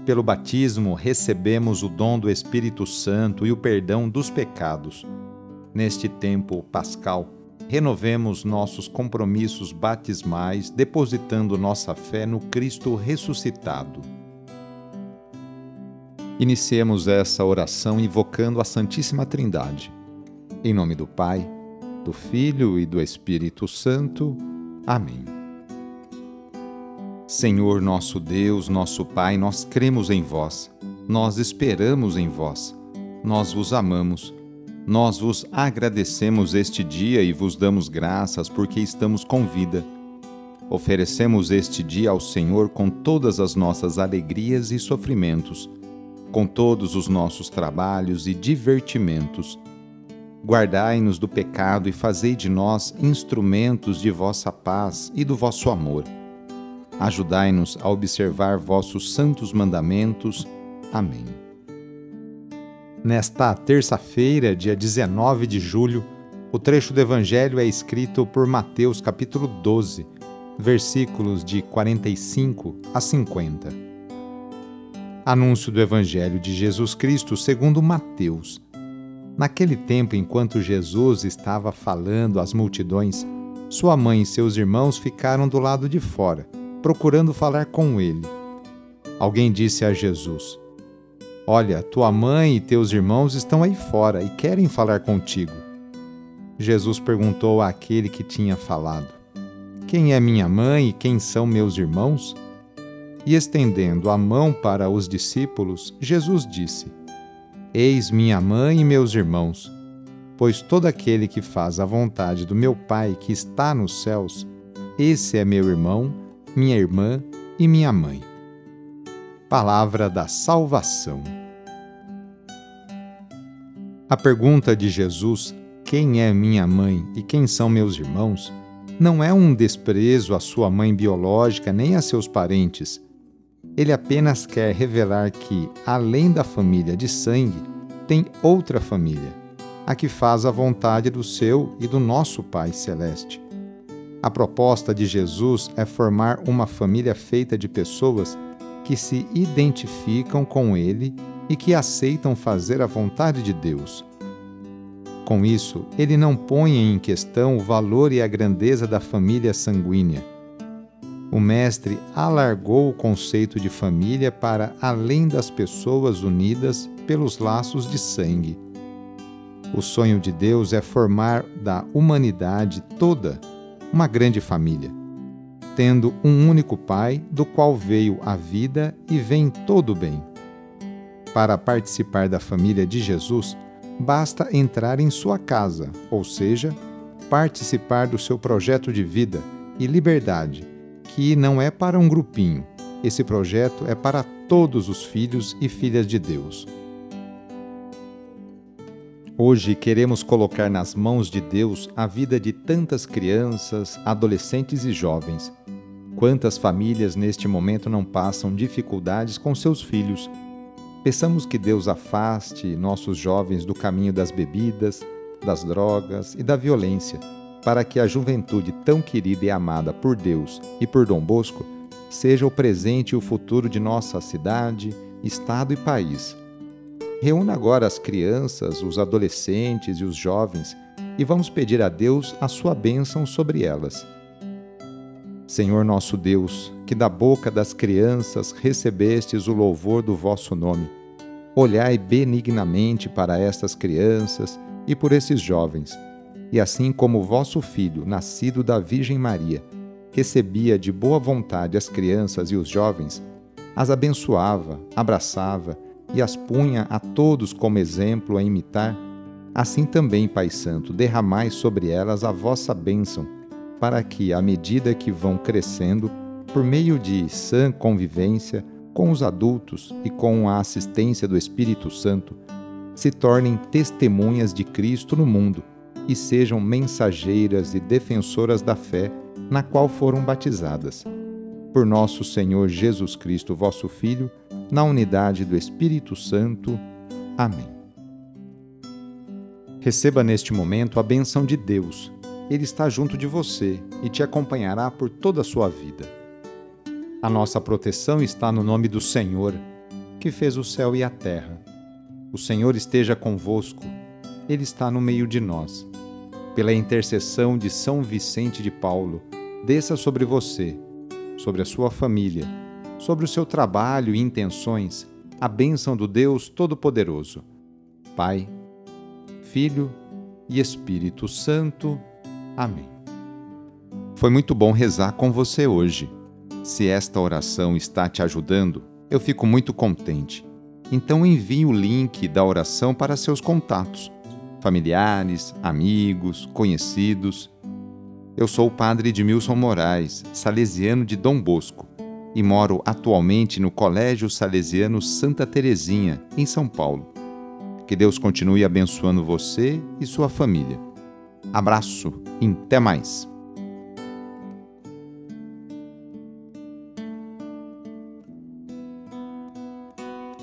Pelo batismo, recebemos o dom do Espírito Santo e o perdão dos pecados. Neste tempo pascal, renovemos nossos compromissos batismais, depositando nossa fé no Cristo ressuscitado. Iniciemos essa oração invocando a Santíssima Trindade. Em nome do Pai, do Filho e do Espírito Santo. Amém. Senhor nosso Deus, nosso Pai, nós cremos em vós, nós esperamos em vós, nós vos amamos, nós vos agradecemos este dia e vos damos graças porque estamos com vida. Oferecemos este dia ao Senhor com todas as nossas alegrias e sofrimentos, com todos os nossos trabalhos e divertimentos. Guardai-nos do pecado e fazei de nós instrumentos de vossa paz e do vosso amor. Ajudai-nos a observar vossos santos mandamentos. Amém. Nesta terça-feira, dia 19 de julho, o trecho do Evangelho é escrito por Mateus, capítulo 12, versículos de 45 a 50. Anúncio do Evangelho de Jesus Cristo segundo Mateus. Naquele tempo, enquanto Jesus estava falando às multidões, sua mãe e seus irmãos ficaram do lado de fora, procurando falar com ele. Alguém disse a Jesus: "Olha, tua mãe e teus irmãos estão aí fora e querem falar contigo." Jesus perguntou àquele que tinha falado: "Quem é minha mãe e quem são meus irmãos?" E estendendo a mão para os discípulos, Jesus disse: "Eis minha mãe e meus irmãos, pois todo aquele que faz a vontade do meu Pai que está nos céus, esse é meu irmão, minha irmã e minha mãe." Palavra da salvação. A pergunta de Jesus, quem é minha mãe e quem são meus irmãos, não é um desprezo à sua mãe biológica nem a seus parentes. Ele apenas quer revelar que, além da família de sangue, tem outra família, a que faz a vontade do seu e do nosso Pai Celeste. A proposta de Jesus é formar uma família feita de pessoas que se identificam com Ele e que aceitam fazer a vontade de Deus. Com isso, ele não põe em questão o valor e a grandeza da família sanguínea. O Mestre alargou o conceito de família para além das pessoas unidas pelos laços de sangue. O sonho de Deus é formar da humanidade toda uma grande família, tendo um único Pai, do qual veio a vida e vem todo o bem. Para participar da família de Jesus, basta entrar em sua casa, ou seja, participar do seu projeto de vida e liberdade, que não é para um grupinho. Esse projeto é para todos os filhos e filhas de Deus. Hoje queremos colocar nas mãos de Deus a vida de tantas crianças, adolescentes e jovens. Quantas famílias neste momento não passam dificuldades com seus filhos? Peçamos que Deus afaste nossos jovens do caminho das bebidas, das drogas e da violência, para que a juventude tão querida e amada por Deus e por Dom Bosco seja o presente e o futuro de nossa cidade, estado e país. Reúna agora as crianças, os adolescentes e os jovens e vamos pedir a Deus a sua bênção sobre elas. Senhor nosso Deus, que da boca das crianças recebestes o louvor do vosso nome, olhai benignamente para estas crianças e por esses jovens, e assim como o vosso Filho, nascido da Virgem Maria, recebia de boa vontade as crianças e os jovens, as abençoava, abraçava e as punha a todos como exemplo a imitar, assim também, Pai Santo, derramai sobre elas a vossa bênção, para que, à medida que vão crescendo, por meio de sã convivência com os adultos e com a assistência do Espírito Santo, se tornem testemunhas de Cristo no mundo e sejam mensageiras e defensoras da fé na qual foram batizadas. Por nosso Senhor Jesus Cristo, vosso Filho, na unidade do Espírito Santo. Amém. Receba neste momento a bênção de Deus. Ele está junto de você e te acompanhará por toda a sua vida. A nossa proteção está no nome do Senhor, que fez o céu e a terra. O Senhor esteja convosco, Ele está no meio de nós. Pela intercessão de São Vicente de Paulo, desça sobre você, sobre a sua família, sobre o seu trabalho e intenções, a bênção do Deus Todo-Poderoso, Pai, Filho e Espírito Santo. Amém. Foi muito bom rezar com você hoje. Se esta oração está te ajudando, eu fico muito contente. Então envie o link da oração para seus contatos, familiares, amigos, conhecidos. Eu sou o padre Edmilson Moraes, salesiano de Dom Bosco, e moro atualmente no Colégio Salesiano Santa Terezinha, em São Paulo. Que Deus continue abençoando você e sua família. Abraço e até mais!